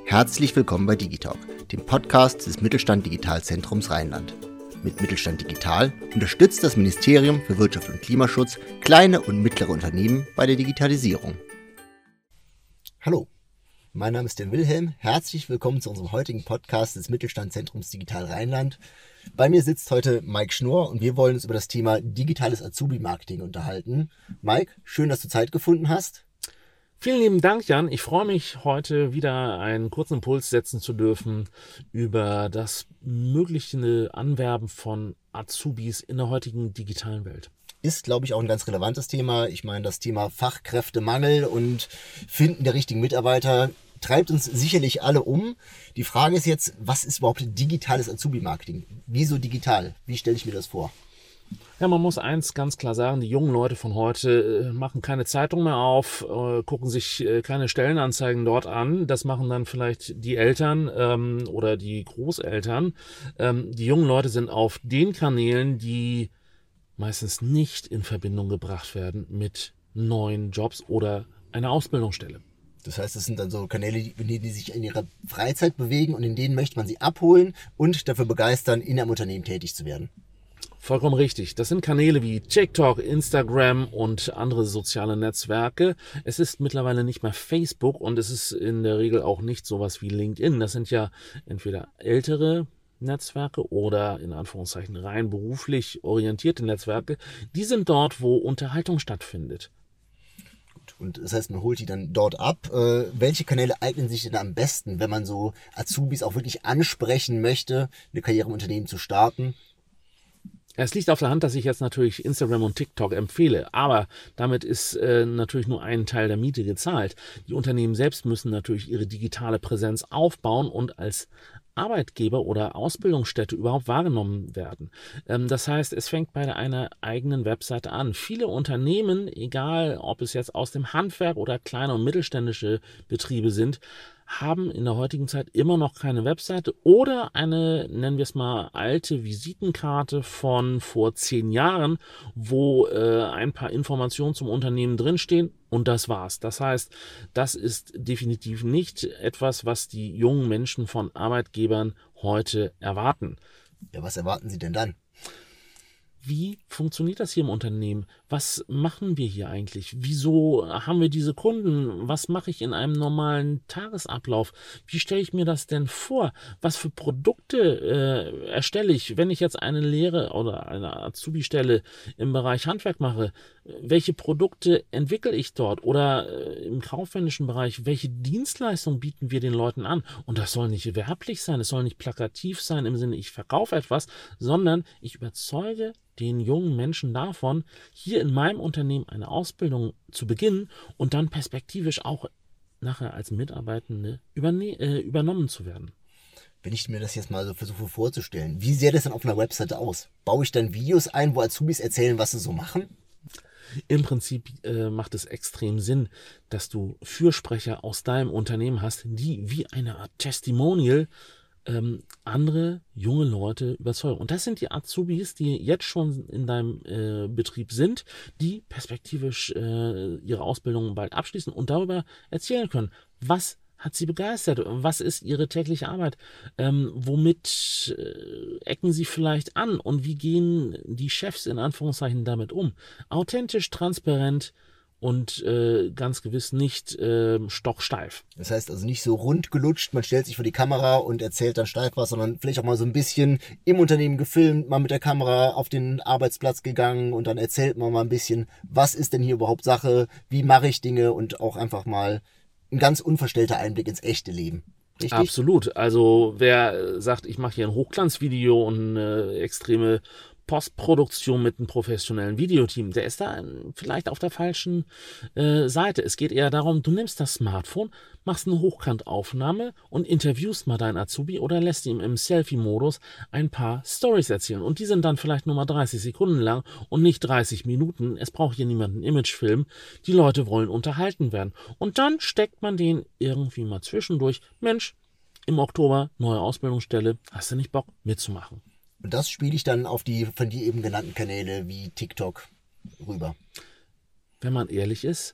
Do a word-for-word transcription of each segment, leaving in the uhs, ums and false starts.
Herzlich willkommen bei Digitalk, dem Podcast des Mittelstand Digitalzentrums Rheinland. Mit Mittelstand Digital unterstützt das Ministerium für Wirtschaft und Klimaschutz kleine und mittlere Unternehmen bei der Digitalisierung. Hallo, mein Name ist Dan Wilhelm. Herzlich willkommen zu unserem heutigen Podcast des Mittelstandzentrums Digital Rheinland. Bei mir sitzt heute Mike Schnurr und wir wollen uns über das Thema digitales Azubi-Marketing unterhalten. Mike, schön, dass du Zeit gefunden hast. Vielen lieben Dank, Jan. Ich freue mich, heute wieder einen kurzen Impuls setzen zu dürfen über das mögliche Anwerben von Azubis in der heutigen digitalen Welt. Ist, glaube ich, auch ein ganz relevantes Thema. Ich meine, das Thema Fachkräftemangel und Finden der richtigen Mitarbeiter treibt uns sicherlich alle um. Die Frage ist jetzt, was ist überhaupt digitales Azubi-Marketing? Wieso digital? Wie stelle ich mir das vor? Ja, man muss eins ganz klar sagen, die jungen Leute von heute äh, machen keine Zeitung mehr auf, äh, gucken sich äh, keine Stellenanzeigen dort an. Das machen dann vielleicht die Eltern ähm, oder die Großeltern. Ähm, die jungen Leute sind auf den Kanälen, die meistens nicht in Verbindung gebracht werden mit neuen Jobs oder einer Ausbildungsstelle. Das heißt, es sind dann so Kanäle, in denen die sich in ihrer Freizeit bewegen und in denen möchte man sie abholen und dafür begeistern, in einem Unternehmen tätig zu werden. Vollkommen richtig. Das sind Kanäle wie TikTok, Instagram und andere soziale Netzwerke. Es ist mittlerweile nicht mehr Facebook und es ist in der Regel auch nicht sowas wie LinkedIn. Das sind ja entweder ältere Netzwerke oder in Anführungszeichen rein beruflich orientierte Netzwerke. Die sind dort, wo Unterhaltung stattfindet. Und das heißt, man holt die dann dort ab. Äh, welche Kanäle eignen sich denn am besten, wenn man so Azubis auch wirklich ansprechen möchte, eine Karriere im Unternehmen zu starten? Es liegt auf der Hand, dass ich jetzt natürlich Instagram und TikTok empfehle, aber damit ist äh, natürlich nur ein Teil der Miete gezahlt. Die Unternehmen selbst müssen natürlich ihre digitale Präsenz aufbauen und als Arbeitgeber oder Ausbildungsstätte überhaupt wahrgenommen werden. Ähm, das heißt, es fängt bei einer eigenen Webseite an. Viele Unternehmen, egal ob es jetzt aus dem Handwerk oder kleine und mittelständische Betriebe sind, haben in der heutigen Zeit immer noch keine Webseite oder eine, nennen wir es mal, alte Visitenkarte von vor zehn Jahren, wo äh, ein paar Informationen zum Unternehmen drinstehen und das war's. Das heißt, das ist definitiv nicht etwas, was die jungen Menschen von Arbeitgebern heute erwarten. Ja, was erwarten sie denn dann? Wie funktioniert das hier im Unternehmen? Was machen wir hier eigentlich? Wieso haben wir diese Kunden? Was mache ich in einem normalen Tagesablauf? Wie stelle ich mir das denn vor? Was für Produkte äh, erstelle ich, wenn ich jetzt eine Lehre oder eine Azubi-Stelle im Bereich Handwerk mache? Welche Produkte entwickle ich dort? Oder äh, im kaufmännischen Bereich, welche Dienstleistungen bieten wir den Leuten an? Und das soll nicht werblich sein, es soll nicht plakativ sein im Sinne, ich verkaufe etwas, sondern ich überzeuge den jungen Menschen davon, hier in meinem Unternehmen eine Ausbildung zu beginnen und dann perspektivisch auch nachher als Mitarbeitende überne- äh, übernommen zu werden. Wenn ich mir das jetzt mal so versuche vorzustellen, wie sähe das dann auf einer Webseite aus? Baue ich dann Videos ein, wo Azubis erzählen, was sie so machen? Im Prinzip äh, macht es extrem Sinn, dass du Fürsprecher aus deinem Unternehmen hast, die wie eine Art Testimonial ähm, andere junge Leute überzeugen. Und das sind die Azubis, die jetzt schon in deinem äh, Betrieb sind, die perspektivisch äh, ihre Ausbildung bald abschließen und darüber erzählen können, was hat sie begeistert? Was ist ihre tägliche Arbeit? Ähm, womit äh, ecken sie vielleicht an? Und wie gehen die Chefs in Anführungszeichen damit um? Authentisch, transparent und äh, ganz gewiss nicht äh, stocksteif. Das heißt also nicht so rund gelutscht, man stellt sich vor die Kamera und erzählt dann steif was, sondern vielleicht auch mal so ein bisschen im Unternehmen gefilmt, mal mit der Kamera auf den Arbeitsplatz gegangen und dann erzählt man mal ein bisschen, was ist denn hier überhaupt Sache, wie mache ich Dinge und auch einfach mal ein ganz unverstellter Einblick ins echte Leben. Richtig? Absolut. Also wer sagt, ich mache hier ein Hochglanzvideo und eine extreme Postproduktion mit einem professionellen Videoteam, der ist da vielleicht auf der falschen äh, Seite. Es geht eher darum, du nimmst das Smartphone, machst eine Hochkantaufnahme und interviewst mal deinen Azubi oder lässt ihm im Selfie-Modus ein paar Stories erzählen. Und die sind dann vielleicht nur mal dreißig Sekunden lang und nicht dreißig Minuten. Es braucht hier niemanden Imagefilm. Die Leute wollen unterhalten werden. Und dann steckt man den irgendwie mal zwischendurch. Mensch, im Oktober, neue Ausbildungsstelle, hast du nicht Bock mitzumachen? Und das spiele ich dann auf die von dir eben genannten Kanäle wie TikTok rüber. Wenn man ehrlich ist,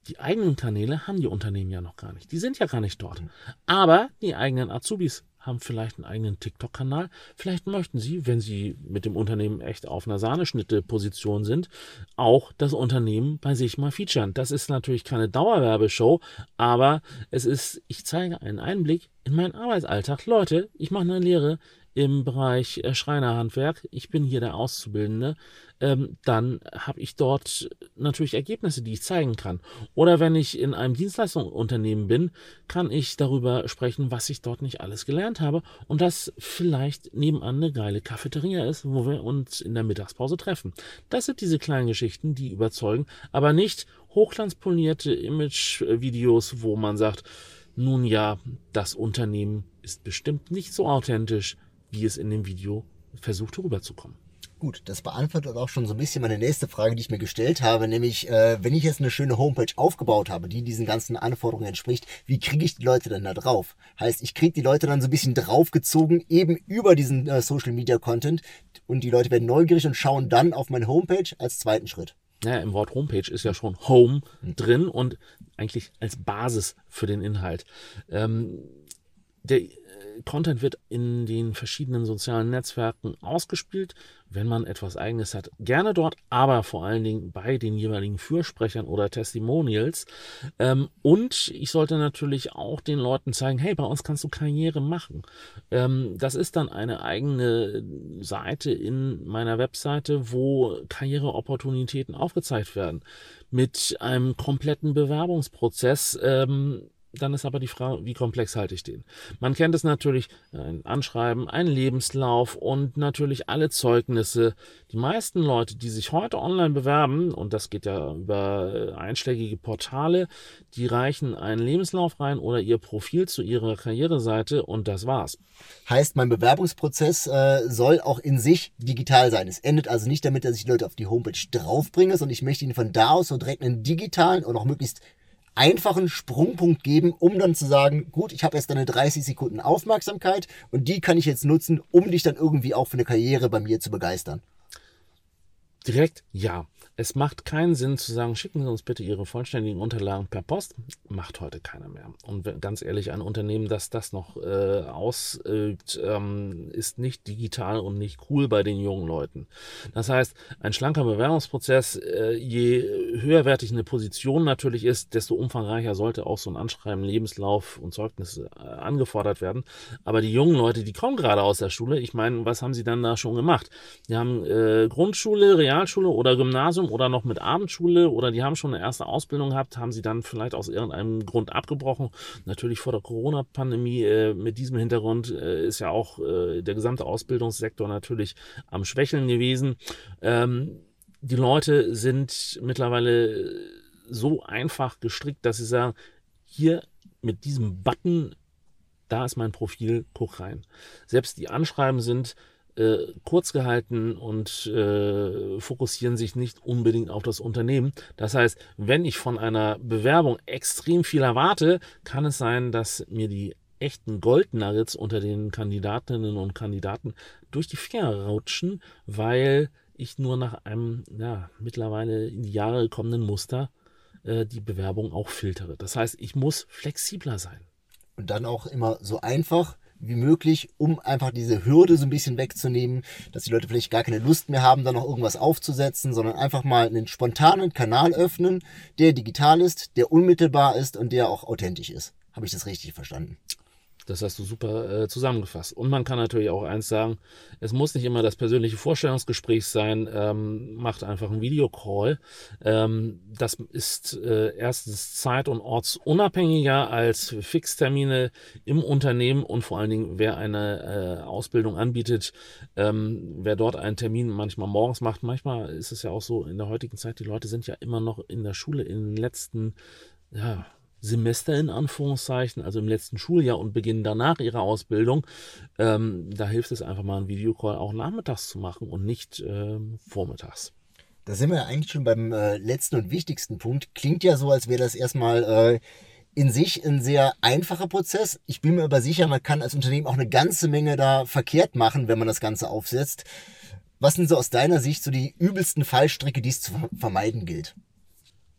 Die eigenen Kanäle haben die Unternehmen ja noch gar nicht. Die sind ja gar nicht dort. Aber die eigenen Azubis haben vielleicht einen eigenen TikTok-Kanal. Vielleicht möchten sie, wenn sie mit dem Unternehmen echt auf einer Sahneschnitte-Position sind, auch das Unternehmen bei sich mal featuren. Das ist natürlich keine Dauerwerbeshow, aber es ist, ich zeige einen Einblick in meinen Arbeitsalltag. Leute, ich mache eine Lehre im Bereich Schreinerhandwerk, ich bin hier der Auszubildende, ähm, dann habe ich dort natürlich Ergebnisse, die ich zeigen kann. Oder wenn ich in einem Dienstleistungsunternehmen bin, kann ich darüber sprechen, was ich dort nicht alles gelernt habe und das vielleicht nebenan eine geile Cafeteria ist, wo wir uns in der Mittagspause treffen. Das sind diese kleinen Geschichten, die überzeugen, aber nicht hochglanzpolierte Image-Videos, wo man sagt, nun ja, das Unternehmen ist bestimmt nicht so authentisch, wie es in dem Video versucht rüberzukommen. Gut, das beantwortet auch schon so ein bisschen meine nächste Frage, die ich mir gestellt habe, nämlich, äh, wenn ich jetzt eine schöne Homepage aufgebaut habe, die diesen ganzen Anforderungen entspricht, wie kriege ich die Leute denn da drauf? Heißt, ich kriege die Leute dann so ein bisschen draufgezogen, eben über diesen äh, Social-Media-Content und die Leute werden neugierig und schauen dann auf meine Homepage als zweiten Schritt. Naja, im Wort Homepage ist ja schon Home drin und eigentlich als Basis für den Inhalt. Ähm, der Content wird in den verschiedenen sozialen Netzwerken ausgespielt, wenn man etwas Eigenes hat. Gerne dort, aber vor allen Dingen bei den jeweiligen Fürsprechern oder Testimonials. Ähm, und ich sollte natürlich auch den Leuten zeigen, hey, bei uns kannst du Karriere machen. Ähm, das ist dann eine eigene Seite in meiner Webseite, wo Karriereopportunitäten aufgezeigt werden. Mit einem kompletten Bewerbungsprozess. Ähm, Dann ist aber die Frage, wie komplex halte ich den? Man kennt es natürlich, ein Anschreiben, ein Lebenslauf und natürlich alle Zeugnisse. Die meisten Leute, die sich heute online bewerben, und das geht ja über einschlägige Portale, die reichen einen Lebenslauf rein oder ihr Profil zu ihrer Karriereseite und das war's. Heißt, mein Bewerbungsprozess äh, soll auch in sich digital sein. Es endet also nicht damit, dass ich die Leute auf die Homepage draufbringe, sondern ich möchte ihnen von da aus so direkt einen digitalen und auch möglichst einfachen Sprungpunkt geben, um dann zu sagen, gut, ich habe jetzt deine dreißig Sekunden Aufmerksamkeit und die kann ich jetzt nutzen, um dich dann irgendwie auch für eine Karriere bei mir zu begeistern. Direkt ja. Es macht keinen Sinn zu sagen, schicken Sie uns bitte Ihre vollständigen Unterlagen per Post. Macht heute keiner mehr. Und ganz ehrlich, ein Unternehmen, das das noch äh, ausübt, ähm, ist nicht digital und nicht cool bei den jungen Leuten. Das heißt, ein schlanker Bewerbungsprozess, äh, je höherwertig eine Position natürlich ist, desto umfangreicher sollte auch so ein Anschreiben, Lebenslauf und Zeugnisse äh, angefordert werden. Aber die jungen Leute, die kommen gerade aus der Schule, ich meine, was haben sie dann da schon gemacht? Die haben äh, Grundschule, Realschule oder Gymnasium oder noch mit Abendschule oder die haben schon eine erste Ausbildung gehabt, haben sie dann vielleicht aus irgendeinem Grund abgebrochen. Natürlich vor der Corona-Pandemie äh, mit diesem Hintergrund äh, ist ja auch äh, der gesamte Ausbildungssektor natürlich am Schwächeln gewesen. Ähm, die Leute sind mittlerweile so einfach gestrickt, dass sie sagen, hier mit diesem Button, da ist mein Profil, guck rein. Selbst die Anschreiben sind Äh, kurz gehalten und äh, fokussieren sich nicht unbedingt auf das Unternehmen. Das heißt, wenn ich von einer Bewerbung extrem viel erwarte, kann es sein, dass mir die echten Goldnuggets unter den Kandidatinnen und Kandidaten durch die Finger rutschen, weil ich nur nach einem ja, mittlerweile in die Jahre kommenden Muster äh, die Bewerbung auch filtere. Das heißt, ich muss flexibler sein. Und dann auch immer so einfach wie möglich, um einfach diese Hürde so ein bisschen wegzunehmen, dass die Leute vielleicht gar keine Lust mehr haben, da noch irgendwas aufzusetzen, sondern einfach mal einen spontanen Kanal öffnen, der digital ist, der unmittelbar ist und der auch authentisch ist. Habe ich das richtig verstanden? Das hast du super äh, zusammengefasst. Und man kann natürlich auch eins sagen, es muss nicht immer das persönliche Vorstellungsgespräch sein, ähm, macht einfach einen Videocall. Ähm, das ist äh, erstens zeit- und ortsunabhängiger als Fixtermine im Unternehmen und vor allen Dingen, wer eine äh, Ausbildung anbietet, ähm, wer dort einen Termin manchmal morgens macht. Manchmal ist es ja auch so, in der heutigen Zeit, die Leute sind ja immer noch in der Schule in den letzten, ja, Semester in Anführungszeichen, also im letzten Schuljahr und beginnen danach ihre Ausbildung. Ähm, da hilft es einfach mal, einen Videocall auch nachmittags zu machen und nicht ähm, vormittags. Da sind wir ja eigentlich schon beim äh, letzten und wichtigsten Punkt. Klingt ja so, als wäre das erstmal äh, in sich ein sehr einfacher Prozess. Ich bin mir aber sicher, man kann als Unternehmen auch eine ganze Menge da verkehrt machen, wenn man das Ganze aufsetzt. Was sind so aus deiner Sicht so die übelsten Fallstricke, die es zu vermeiden gilt?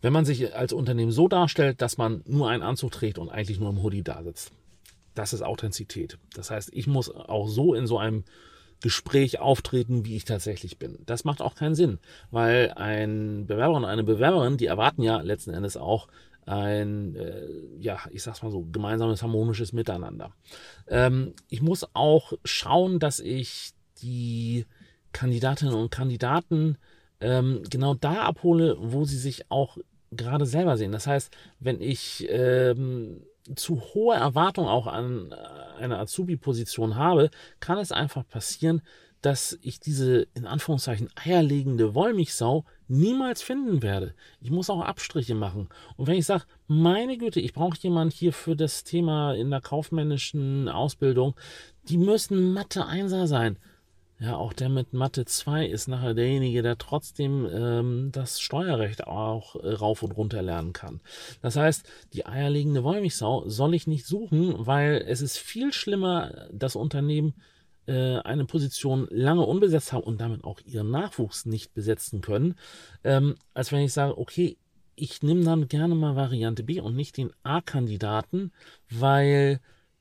wenn man sich als Unternehmen so darstellt, dass man nur einen Anzug trägt und eigentlich nur im Hoodie da sitzt. Das ist Authentizität. Das heißt, ich muss auch so in so einem Gespräch auftreten, wie ich tatsächlich bin. Das macht auch keinen Sinn, weil ein Bewerber und eine Bewerberin, die erwarten ja letzten Endes auch ein, äh, ja, ich sag's mal so, gemeinsames harmonisches Miteinander. Ähm, ich muss auch schauen, dass ich die Kandidatinnen und Kandidaten ähm, genau da abhole, wo sie sich auch gerade selber sehen. Das heißt, wenn ich ähm, zu hohe Erwartungen auch an eine Azubi-Position habe, kann es einfach passieren, dass ich diese in Anführungszeichen eierlegende Wollmilchsau niemals finden werde. Ich muss auch Abstriche machen. Und wenn ich sage, meine Güte, ich brauche jemanden hier für das Thema in der kaufmännischen Ausbildung, die müssen Mathe-Einser sein. Ja, auch der mit Mathe zwei ist nachher derjenige, der trotzdem ähm, das Steuerrecht auch äh, rauf und runter lernen kann. Das heißt, die eierlegende Wollmilchsau soll ich nicht suchen, weil es ist viel schlimmer, das Unternehmen äh, eine Position lange unbesetzt haben und damit auch ihren Nachwuchs nicht besetzen können, ähm, als wenn ich sage, okay, ich nehme dann gerne mal Variante B und nicht den A-Kandidaten, weil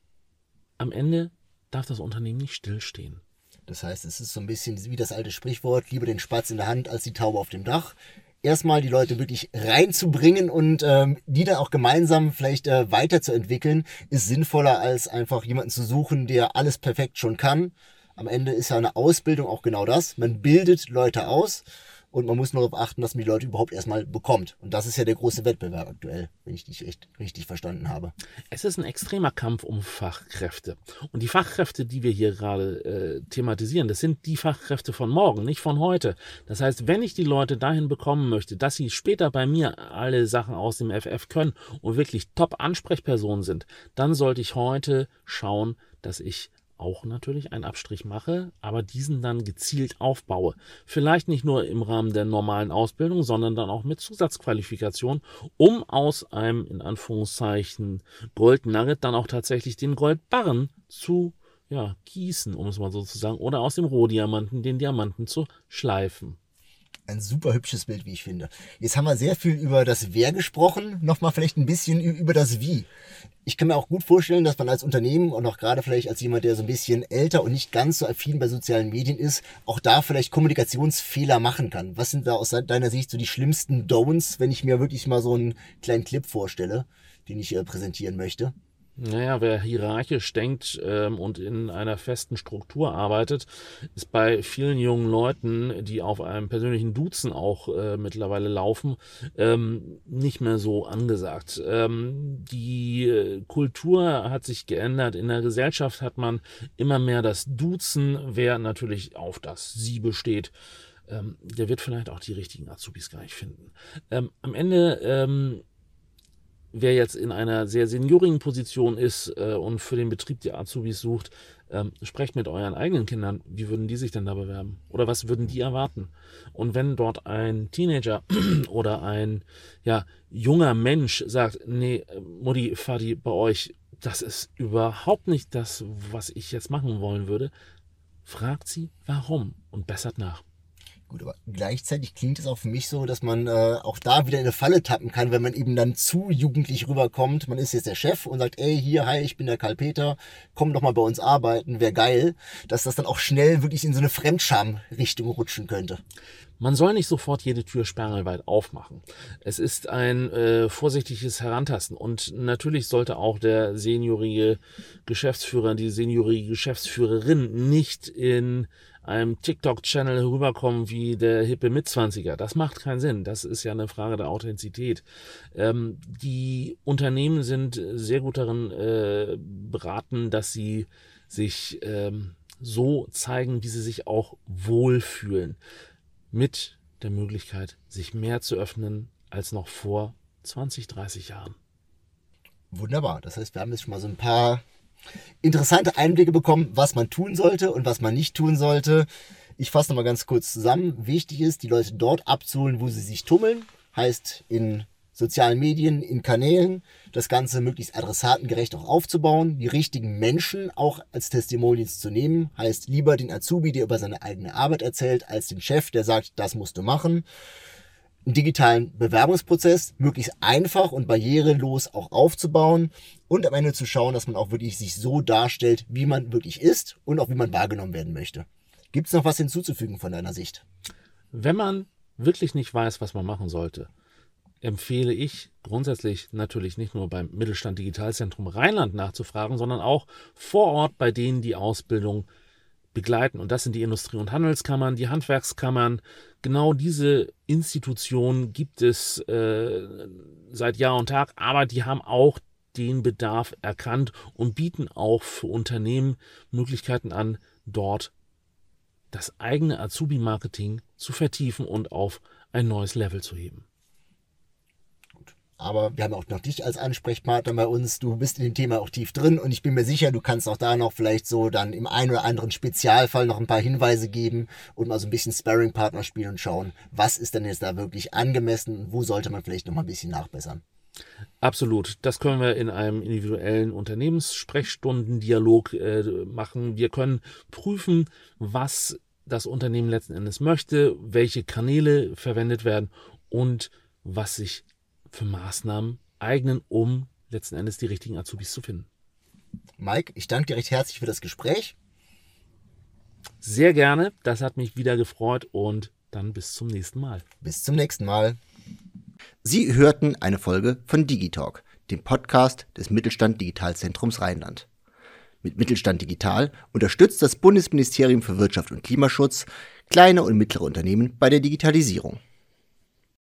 am Ende darf das Unternehmen nicht stillstehen. Das heißt, es ist so ein bisschen wie das alte Sprichwort, lieber den Spatz in der Hand als die Taube auf dem Dach. Erstmal die Leute wirklich reinzubringen und ähm, die dann auch gemeinsam vielleicht äh, weiterzuentwickeln, ist sinnvoller, als einfach jemanden zu suchen, der alles perfekt schon kann. Am Ende ist ja eine Ausbildung auch genau das. Man bildet Leute aus und man muss nur darauf achten, dass man die Leute überhaupt erstmal bekommt. Und das ist ja der große Wettbewerb aktuell, wenn ich dich echt richtig verstanden habe. Es ist ein extremer Kampf um Fachkräfte. Und die Fachkräfte, die wir hier gerade äh, thematisieren, das sind die Fachkräfte von morgen, nicht von heute. Das heißt, wenn ich die Leute dahin bekommen möchte, dass sie später bei mir alle Sachen aus dem F F können und wirklich Top-Ansprechpersonen sind, dann sollte ich heute schauen, dass ich auch natürlich einen Abstrich mache, aber diesen dann gezielt aufbaue. Vielleicht nicht nur im Rahmen der normalen Ausbildung, sondern dann auch mit Zusatzqualifikation, um aus einem, in Anführungszeichen, Goldnugget dann auch tatsächlich den Goldbarren zu ja, gießen, um es mal so zu sagen, oder aus dem Rohdiamanten den Diamanten zu schleifen. Ein super hübsches Bild, wie ich finde. Jetzt haben wir sehr viel über das Wer gesprochen, nochmal vielleicht ein bisschen über das Wie. Ich kann mir auch gut vorstellen, dass man als Unternehmen und auch gerade vielleicht als jemand, der so ein bisschen älter und nicht ganz so affin bei sozialen Medien ist, auch da vielleicht Kommunikationsfehler machen kann. Was sind da aus deiner Sicht so die schlimmsten Don'ts, wenn ich mir wirklich mal so einen kleinen Clip vorstelle, den ich äh, präsentieren möchte? Naja, wer hierarchisch denkt ähm, und in einer festen Struktur arbeitet, ist bei vielen jungen Leuten, die auf einem persönlichen Duzen auch äh, mittlerweile laufen, ähm, nicht mehr so angesagt. Ähm, die äh, Kultur hat sich geändert. In der Gesellschaft hat man immer mehr das Duzen, wer natürlich auf das Sie besteht. Ähm, der wird vielleicht auch die richtigen Azubis gar nicht finden. Ähm, am Ende ähm, Wer jetzt in einer sehr seniorigen Position ist äh, und für den Betrieb die Azubis sucht, ähm, sprecht mit euren eigenen Kindern. Wie würden die sich denn da bewerben? Oder was würden die erwarten? Und wenn dort ein Teenager oder ein ja, junger Mensch sagt, nee, Mutti, Vati, bei euch, das ist überhaupt nicht das, was ich jetzt machen wollen würde, fragt sie, warum und bessert nach. Gut, aber gleichzeitig klingt es auch für mich so, dass man äh, auch da wieder in eine Falle tappen kann, wenn man eben dann zu jugendlich rüberkommt. Man ist jetzt der Chef und sagt, ey, hier, hi, ich bin der Karl-Peter, komm doch mal bei uns arbeiten, wäre geil. Dass das dann auch schnell wirklich in so eine Fremdscham-Richtung rutschen könnte. Man soll nicht sofort jede Tür sperrangelweit aufmachen. Es ist ein äh, vorsichtiges Herantasten und natürlich sollte auch der seniorige Geschäftsführer, die seniorige Geschäftsführerin nicht in einem TikTok-Channel rüberkommen wie der hippe Mitzwanziger. Das macht keinen Sinn. Das ist ja eine Frage der Authentizität. Ähm, die Unternehmen sind sehr gut darin äh, beraten, dass sie sich ähm, so zeigen, wie sie sich auch wohlfühlen. Mit der Möglichkeit, sich mehr zu öffnen als noch vor zwanzig, dreißig Jahren. Wunderbar. Das heißt, wir haben jetzt schon mal so ein paar interessante Einblicke bekommen, was man tun sollte und was man nicht tun sollte. Ich fasse nochmal ganz kurz zusammen. Wichtig ist, die Leute dort abzuholen, wo sie sich tummeln. Heißt in sozialen Medien, in Kanälen. Das Ganze möglichst adressatengerecht auch aufzubauen. Die richtigen Menschen auch als Testimonials zu nehmen. Heißt lieber den Azubi, der über seine eigene Arbeit erzählt, als den Chef, der sagt, das musst du machen. einen digitalen Bewerbungsprozess möglichst einfach und barrierelos auch aufzubauen und am Ende zu schauen, dass man auch wirklich sich so darstellt, wie man wirklich ist und auch wie man wahrgenommen werden möchte. Gibt es noch was hinzuzufügen von deiner Sicht? Wenn man wirklich nicht weiß, was man machen sollte, empfehle ich grundsätzlich natürlich nicht nur beim Mittelstand Digitalzentrum Rheinland nachzufragen, sondern auch vor Ort bei denen die Ausbildung begleiten. Und das sind die Industrie- und Handelskammern, die Handwerkskammern. Genau diese Institutionen gibt es äh, seit Jahr und Tag, aber die haben auch den Bedarf erkannt und bieten auch für Unternehmen Möglichkeiten an, dort das eigene Azubi-Marketing zu vertiefen und auf ein neues Level zu heben. Aber wir haben auch noch dich als Ansprechpartner bei uns. Du bist in dem Thema auch tief drin und ich bin mir sicher, du kannst auch da noch vielleicht so dann im einen oder anderen Spezialfall noch ein paar Hinweise geben und mal so ein bisschen Sparring-Partner spielen und schauen, was ist denn jetzt da wirklich angemessen und wo sollte man vielleicht noch mal ein bisschen nachbessern. Absolut. Das können wir in einem individuellen Unternehmenssprechstundendialog äh, machen. Wir können prüfen, was das Unternehmen letzten Endes möchte, welche Kanäle verwendet werden und was sich für Maßnahmen eignen, um letzten Endes die richtigen Azubis zu finden. Mike, ich danke dir recht herzlich für das Gespräch. Sehr gerne, das hat mich wieder gefreut und dann bis zum nächsten Mal. Bis zum nächsten Mal. Sie hörten eine Folge von Digitalk, dem Podcast des Mittelstand Digitalzentrums Rheinland. Mit Mittelstand Digital unterstützt das Bundesministerium für Wirtschaft und Klimaschutz kleine und mittlere Unternehmen bei der Digitalisierung.